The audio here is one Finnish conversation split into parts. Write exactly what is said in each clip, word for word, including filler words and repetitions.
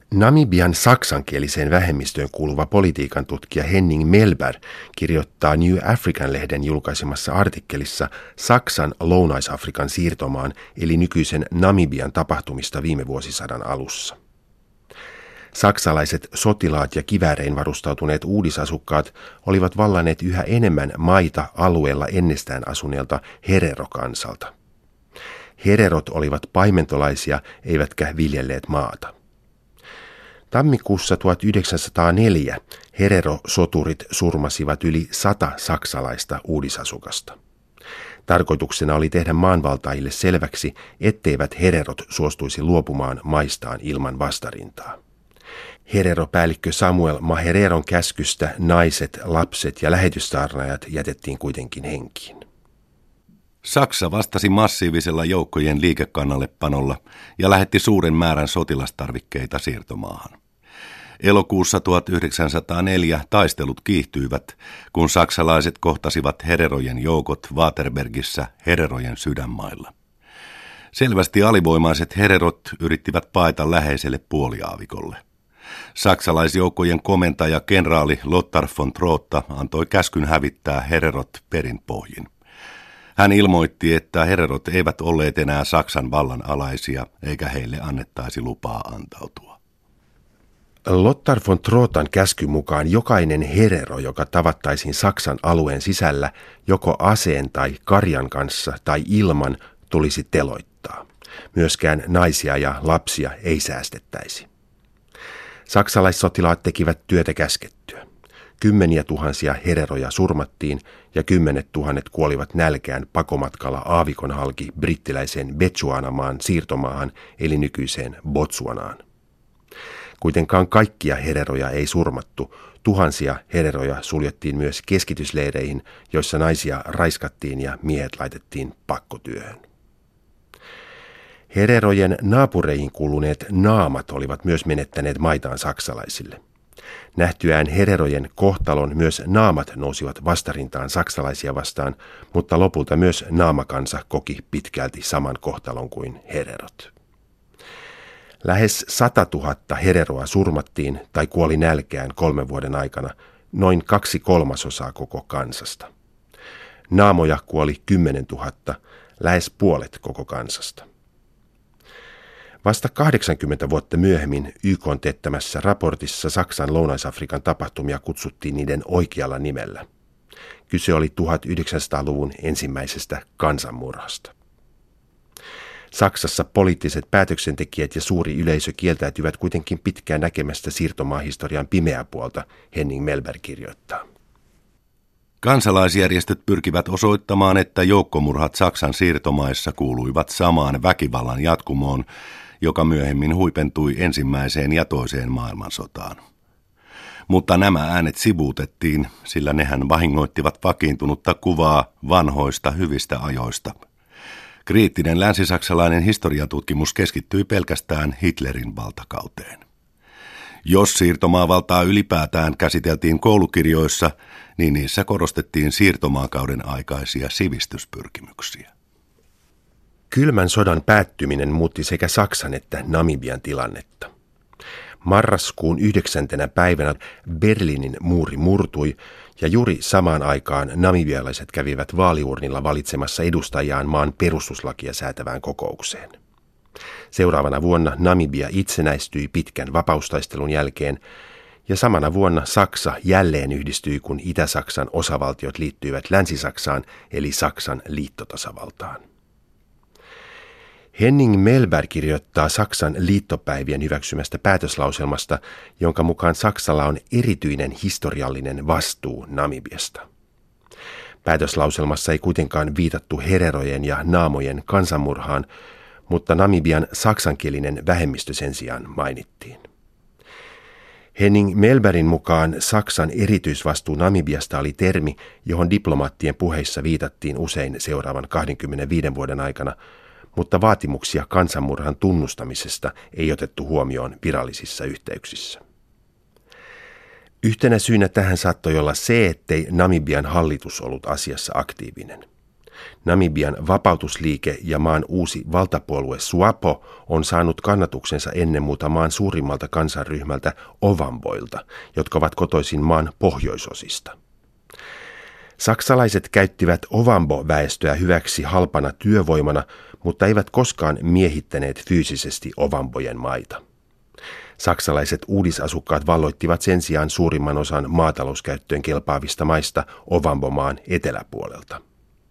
Namibian saksankieliseen vähemmistöön kuuluva politiikan tutkija Henning Mellberg kirjoittaa New African-lehden julkaisemassa artikkelissa Saksan Lounais-Afrikan siirtomaan eli nykyisen Namibian tapahtumista viime vuosisadan alussa. Saksalaiset sotilaat ja kiväärein varustautuneet uudisasukkaat olivat vallanneet yhä enemmän maita alueella ennestään asuneelta Herero-kansalta. Hererot olivat paimentolaisia eivätkä viljelleet maata. Tammikuussa tuhatyhdeksänsataaneljä Herero-soturit surmasivat yli sata saksalaista uudisasukasta. Tarkoituksena oli tehdä maanvaltaajille selväksi, etteivät Hererot suostuisi luopumaan maistaan ilman vastarintaa. Herero-päällikkö Samuel Mahereron käskystä naiset, lapset ja lähetyssaarnaajat jätettiin kuitenkin henkiin. Saksa vastasi massiivisella joukkojen liikekannallepanolla ja lähetti suuren määrän sotilastarvikkeita siirtomaahan. Elokuussa tuhatyhdeksänsataaneljä taistelut kiihtyivät, kun saksalaiset kohtasivat Hererojen joukot Waterbergissä Hererojen sydänmailla. Selvästi alivoimaiset Hererot yrittivät paeta läheiselle puoliaavikolle. Saksalaisjoukkojen komentaja kenraali Lothar von Trotha antoi käskyn hävittää Hererot perin pohjin. Hän ilmoitti, että Hererot eivät olleet enää Saksan vallan alaisia, eikä heille annettaisi lupaa antautua. Lothar von Trothan käskyn mukaan jokainen Herero, joka tavattaisiin Saksan alueen sisällä joko aseen tai karjan kanssa tai ilman, tulisi teloittaa. Myöskään naisia ja lapsia ei säästettäisi. Saksalaissotilaat tekivät työtä käskettyä. Kymmeniä tuhansia Hereroja surmattiin ja kymmenet tuhannet kuolivat nälkään pakomatkalla aavikon halki brittiläiseen Bechuanamaan siirtomaahan eli nykyiseen Botswanaan. Kuitenkaan kaikkia Hereroja ei surmattu. Tuhansia Hereroja suljettiin myös keskitysleireihin, joissa naisia raiskattiin ja miehet laitettiin pakkotyöhön. Hererojen naapureihin kuuluneet naamat olivat myös menettäneet maitaan saksalaisille. Nähtyään Hererojen kohtalon myös naamat nousivat vastarintaan saksalaisia vastaan, mutta lopulta myös naamakansa koki pitkälti saman kohtalon kuin Hererot. Lähes satatuhatta Hereroa surmattiin tai kuoli nälkään kolmen vuoden aikana, noin kaksi kolmasosaa koko kansasta. Naamoja kuoli kymmenen tuhatta, lähes puolet koko kansasta. Vasta kahdeksankymmentä vuotta myöhemmin Y K:n teettämässä raportissa Saksan Lounais-Afrikan tapahtumia kutsuttiin niiden oikealla nimellä. Kyse oli tuhatyhdeksänsataaluvun ensimmäisestä kansanmurhasta. Saksassa poliittiset päätöksentekijät ja suuri yleisö kieltäytyvät kuitenkin pitkään näkemästä siirtomaahistorian pimeää puolta, Henning Mellberg kirjoittaa. Kansalaisjärjestöt pyrkivät osoittamaan, että joukkomurhat Saksan siirtomaissa kuuluivat samaan väkivallan jatkumoon, joka myöhemmin huipentui ensimmäiseen ja toiseen maailmansotaan. Mutta nämä äänet sivuutettiin, sillä nehän vahingoittivat vakiintunutta kuvaa vanhoista hyvistä ajoista. Kriittinen länsisaksalainen historiatutkimus keskittyi pelkästään Hitlerin valtakauteen. Jos siirtomaavaltaa ylipäätään käsiteltiin koulukirjoissa, niin niissä korostettiin siirtomaakauden aikaisia sivistyspyrkimyksiä. Kylmän sodan päättyminen muutti sekä Saksan että Namibian tilannetta. Marraskuun yhdeksäntenä päivänä Berliinin muuri murtui ja juuri samaan aikaan namibialaiset kävivät vaaliurnilla valitsemassa edustajiaan maan perustuslakia säätävään kokoukseen. Seuraavana vuonna Namibia itsenäistyi pitkän vapaustaistelun jälkeen ja samana vuonna Saksa jälleen yhdistyi, kun Itä-Saksan osavaltiot liittyivät Länsi-Saksaan eli Saksan liittotasavaltaan. Henning Mellberg kirjoittaa Saksan liittopäivien hyväksymästä päätöslauselmasta, jonka mukaan Saksalla on erityinen historiallinen vastuu Namibiasta. Päätöslauselmassa ei kuitenkaan viitattu Hererojen ja naamojen kansanmurhaan, mutta Namibian saksankielinen vähemmistö sen sijaan mainittiin. Henning Mellbergin mukaan Saksan erityisvastuu Namibiasta oli termi, johon diplomaattien puheissa viitattiin usein seuraavan kaksikymmentäviisi vuoden aikana, mutta vaatimuksia kansanmurhan tunnustamisesta ei otettu huomioon virallisissa yhteyksissä. Yhtenä syynä tähän saattoi olla se, ettei Namibian hallitus ollut asiassa aktiivinen. Namibian vapautusliike ja maan uusi valtapuolue SWAPO on saanut kannatuksensa ennen muuta maan suurimmalta kansanryhmältä Ovamboilta, jotka ovat kotoisin maan pohjoisosista. Saksalaiset käyttivät Ovambo-väestöä hyväksi halpana työvoimana, mutta eivät koskaan miehittäneet fyysisesti Ovambojen maita. Saksalaiset uudisasukkaat valloittivat sen sijaan suurimman osan maatalouskäyttöön kelpaavista maista Ovambomaan eteläpuolelta.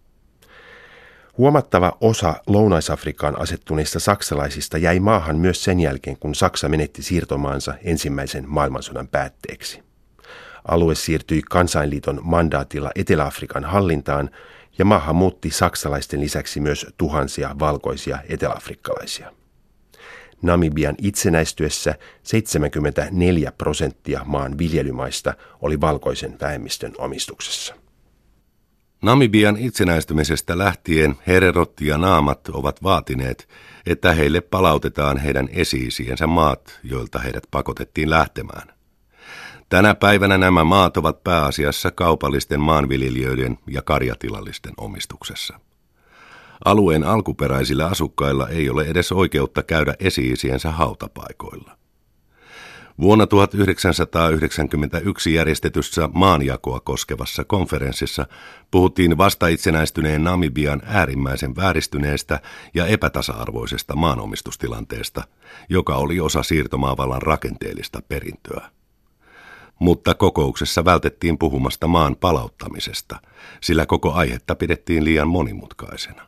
Huomattava osa Lounais-Afrikkaan asettuneista saksalaisista jäi maahan myös sen jälkeen, kun Saksa menetti siirtomaansa ensimmäisen maailmansodan päätteeksi. Alue siirtyi Kansainliiton mandaatilla Etelä-Afrikan hallintaan ja maahan muutti saksalaisten lisäksi myös tuhansia valkoisia eteläafrikkalaisia. Namibian itsenäistyessä seitsemänkymmentäneljä prosenttia maan viljelymaista oli valkoisen vähemmistön omistuksessa. Namibian itsenäistymisestä lähtien hererot ja naamat ovat vaatineet, että heille palautetaan heidän esi-isiensä maat, joilta heidät pakotettiin lähtemään. Tänä päivänä nämä maat ovat pääasiassa kaupallisten maanviljelijöiden ja karjatilallisten omistuksessa. Alueen alkuperäisillä asukkailla ei ole edes oikeutta käydä esi-isiensä hautapaikoilla. Vuonna tuhatyhdeksänsataayhdeksänkymmentäyksi järjestetyssä maanjakoa koskevassa konferenssissa puhuttiin vasta itsenäistyneen Namibian äärimmäisen vääristyneestä ja epätasa-arvoisesta maanomistustilanteesta, joka oli osa siirtomaavallan rakenteellista perintöä. Mutta kokouksessa vältettiin puhumasta maan palauttamisesta, sillä koko aihetta pidettiin liian monimutkaisena.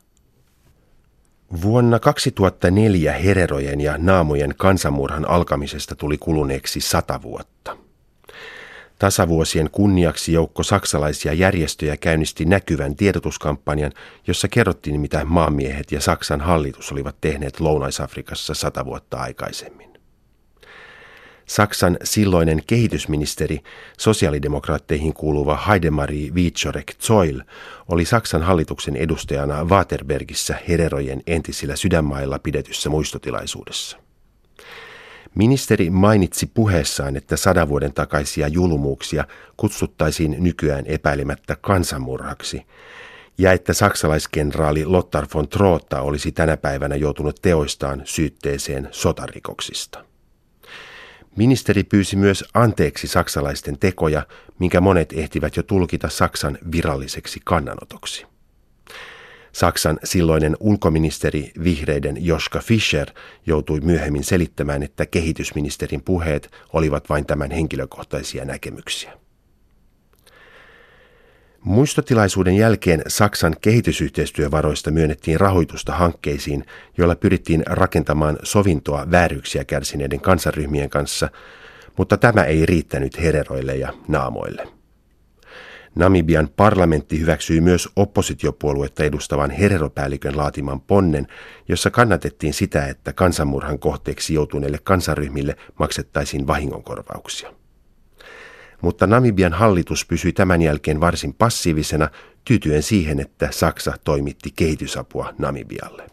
Vuonna kaksituhattaneljä hererojen ja naamojen kansanmurhan alkamisesta tuli kuluneeksi sata vuotta. Tasavuosien kunniaksi joukko saksalaisia järjestöjä käynnisti näkyvän tiedotuskampanjan, jossa kerrottiin, mitä maanmiehet ja Saksan hallitus olivat tehneet Lounais-Afrikassa sata vuotta aikaisemmin. Saksan silloinen kehitysministeri, sosiaalidemokraatteihin kuuluva Heidemarie Wieczorek-Zoil, oli Saksan hallituksen edustajana Waterbergissä hererojen entisillä sydänmailla pidetyssä muistotilaisuudessa. Ministeri mainitsi puheessaan, että sadan vuoden takaisia julmuuksia kutsuttaisiin nykyään epäilemättä kansanmurhaksi, ja että saksalaiskenraali Lothar von Trotha olisi tänä päivänä joutunut teoistaan syytteeseen sotarikoksista. Ministeri pyysi myös anteeksi saksalaisten tekoja, minkä monet ehtivät jo tulkita Saksan viralliseksi kannanotoksi. Saksan silloinen ulkoministeri vihreiden Joschka Fischer joutui myöhemmin selittämään, että kehitysministerin puheet olivat vain tämän henkilökohtaisia näkemyksiä. Muistotilaisuuden jälkeen Saksan kehitysyhteistyövaroista myönnettiin rahoitusta hankkeisiin, joilla pyrittiin rakentamaan sovintoa vääryyksiä kärsineiden kansanryhmien kanssa, mutta tämä ei riittänyt hereroille ja naamoille. Namibian parlamentti hyväksyi myös oppositiopuoluetta edustavan hereropäällikön laatiman ponnen, jossa kannatettiin sitä, että kansanmurhan kohteeksi joutuneille kansanryhmille maksettaisiin vahingonkorvauksia. Mutta Namibian hallitus pysyi tämän jälkeen varsin passiivisena, tyytyen siihen, että Saksa toimitti kehitysapua Namibialle.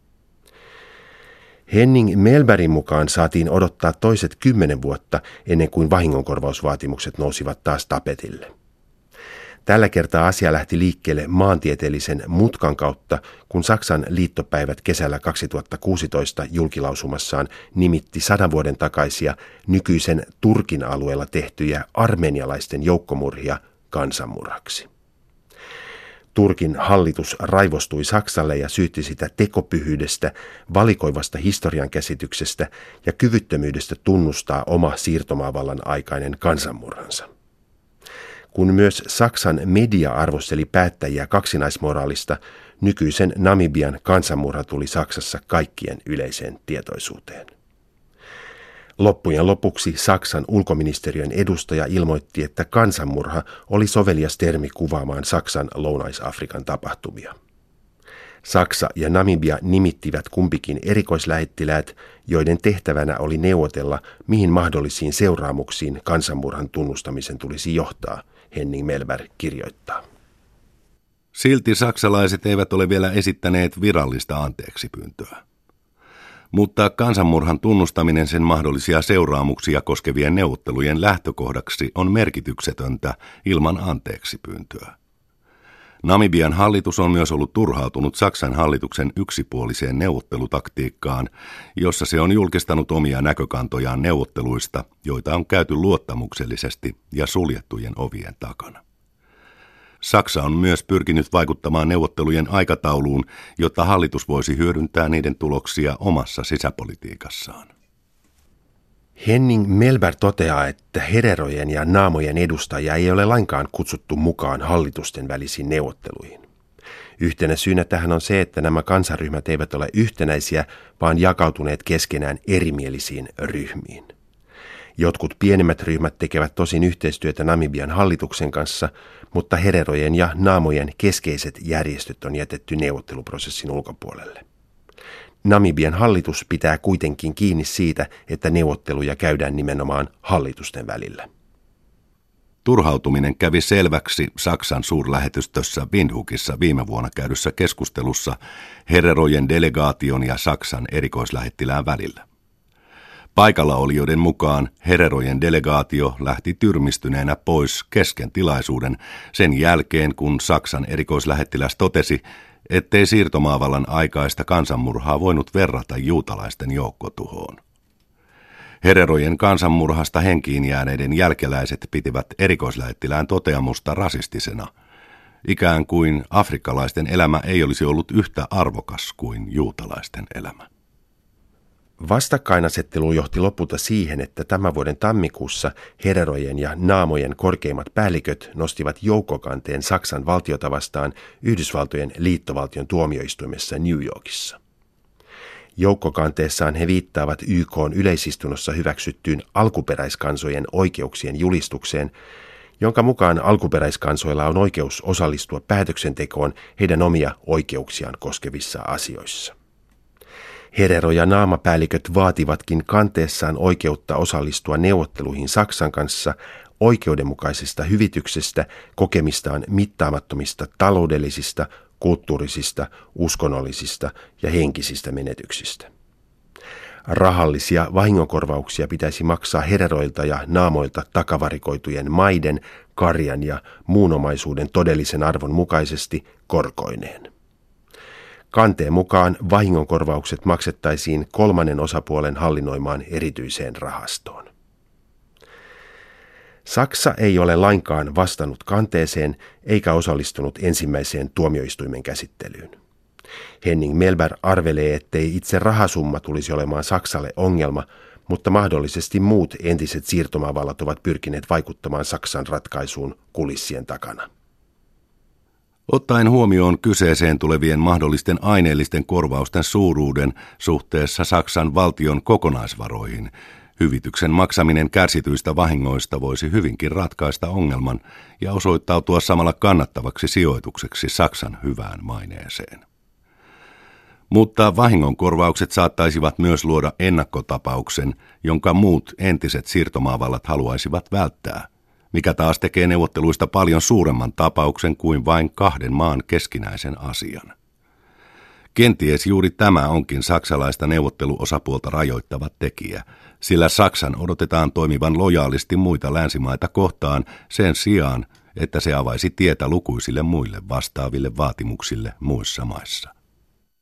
Henning Melbergin mukaan saatiin odottaa toiset kymmenen vuotta ennen kuin vahingonkorvausvaatimukset nousivat taas tapetille. Tällä kertaa asia lähti liikkeelle maantieteellisen mutkan kautta, kun Saksan liittopäivät kesällä kaksituhattakuusitoista julkilausumassaan nimitti sadan vuoden takaisia nykyisen Turkin alueella tehtyjä armenialaisten joukkomurhia kansanmurhaksi. Turkin hallitus raivostui Saksalle ja syytti sitä tekopyhyydestä, valikoivasta historiankäsityksestä ja kyvyttömyydestä tunnustaa oma siirtomaavallan aikainen kansanmurhansa. Kun myös Saksan media arvosteli päättäjiä kaksinaismoraalista, nykyisen Namibian kansanmurha tuli Saksassa kaikkien yleiseen tietoisuuteen. Loppujen lopuksi Saksan ulkoministeriön edustaja ilmoitti, että kansanmurha oli sovelias termi kuvaamaan Saksan Lounais-Afrikan tapahtumia. Saksa ja Namibia nimittivät kumpikin erikoislähettiläät, joiden tehtävänä oli neuvotella, mihin mahdollisiin seuraamuksiin kansanmurhan tunnustamisen tulisi johtaa, Henning Melberg kirjoittaa. Silti saksalaiset eivät ole vielä esittäneet virallista anteeksipyyntöä. Mutta kansanmurhan tunnustaminen sen mahdollisia seuraamuksia koskevien neuvottelujen lähtökohdaksi on merkityksetöntä ilman anteeksipyyntöä. Namibian hallitus on myös ollut turhautunut Saksan hallituksen yksipuoliseen neuvottelutaktiikkaan, jossa se on julkistanut omia näkökantojaan neuvotteluista, joita on käyty luottamuksellisesti ja suljettujen ovien takana. Saksa on myös pyrkinyt vaikuttamaan neuvottelujen aikatauluun, jotta hallitus voisi hyödyntää niiden tuloksia omassa sisäpolitiikassaan. Henning Mellberg toteaa, että hererojen ja naamojen edustajia ei ole lainkaan kutsuttu mukaan hallitusten välisiin neuvotteluihin. Yhtenä syynä tähän on se, että nämä kansanryhmät eivät ole yhtenäisiä, vaan jakautuneet keskenään erimielisiin ryhmiin. Jotkut pienemmät ryhmät tekevät tosin yhteistyötä Namibian hallituksen kanssa, mutta hererojen ja naamojen keskeiset järjestöt on jätetty neuvotteluprosessin ulkopuolelle. Namibian hallitus pitää kuitenkin kiinni siitä, että neuvotteluja käydään nimenomaan hallitusten välillä. Turhautuminen kävi selväksi Saksan suurlähetystössä Windhoekissa viime vuonna käydyssä keskustelussa hererojen delegaation ja Saksan erikoislähettilään välillä. Paikallaolijoiden mukaan hererojen delegaatio lähti tyrmistyneenä pois kesken tilaisuuden sen jälkeen, kun Saksan erikoislähettiläs totesi, ettei siirtomaavallan aikaista kansanmurhaa voinut verrata juutalaisten joukkotuhoon. Hererojen kansanmurhasta henkiin jääneiden jälkeläiset pitivät erikoislähettilään toteamusta rasistisena, ikään kuin afrikkalaisten elämä ei olisi ollut yhtä arvokas kuin juutalaisten elämä. Vastakkainasettelu johti lopulta siihen, että tämän vuoden tammikuussa hererojen ja naamojen korkeimmat päälliköt nostivat joukkokanteen Saksan valtiota vastaan Yhdysvaltojen liittovaltion tuomioistuimessa New Yorkissa. Joukkokanteessaan he viittaavat Y K:n yleisistunnossa hyväksyttyyn alkuperäiskansojen oikeuksien julistukseen, jonka mukaan alkuperäiskansoilla on oikeus osallistua päätöksentekoon heidän omia oikeuksiaan koskevissa asioissa. Herero- ja naamapäälliköt vaativatkin kanteessaan oikeutta osallistua neuvotteluihin Saksan kanssa oikeudenmukaisesta hyvityksestä kokemistaan mittaamattomista taloudellisista, kulttuurisista, uskonnollisista ja henkisistä menetyksistä. Rahallisia vahingonkorvauksia pitäisi maksaa hereroilta ja naamoilta takavarikoitujen maiden, karjan ja muun omaisuuden todellisen arvon mukaisesti korkoineen. Kanteen mukaan vahingonkorvaukset maksettaisiin kolmannen osapuolen hallinnoimaan erityiseen rahastoon. Saksa ei ole lainkaan vastannut kanteeseen eikä osallistunut ensimmäiseen tuomioistuimen käsittelyyn. Henning Mellberg arvelee, ettei itse rahasumma tulisi olemaan Saksalle ongelma, mutta mahdollisesti muut entiset siirtomaavallat ovat pyrkineet vaikuttamaan Saksan ratkaisuun kulissien takana. Ottaen huomioon kyseeseen tulevien mahdollisten aineellisten korvausten suuruuden suhteessa Saksan valtion kokonaisvaroihin, hyvityksen maksaminen kärsityistä vahingoista voisi hyvinkin ratkaista ongelman ja osoittautua samalla kannattavaksi sijoitukseksi Saksan hyvään maineeseen. Mutta vahingonkorvaukset saattaisivat myös luoda ennakkotapauksen, jonka muut entiset siirtomaavallat haluaisivat välttää, mikä taas tekee neuvotteluista paljon suuremman tapauksen kuin vain kahden maan keskinäisen asian. Kenties juuri tämä onkin saksalaista neuvotteluosapuolta rajoittava tekijä, sillä Saksan odotetaan toimivan lojaalisti muita länsimaita kohtaan sen sijaan, että se avaisi tietä lukuisille muille vastaaville vaatimuksille muissa maissa.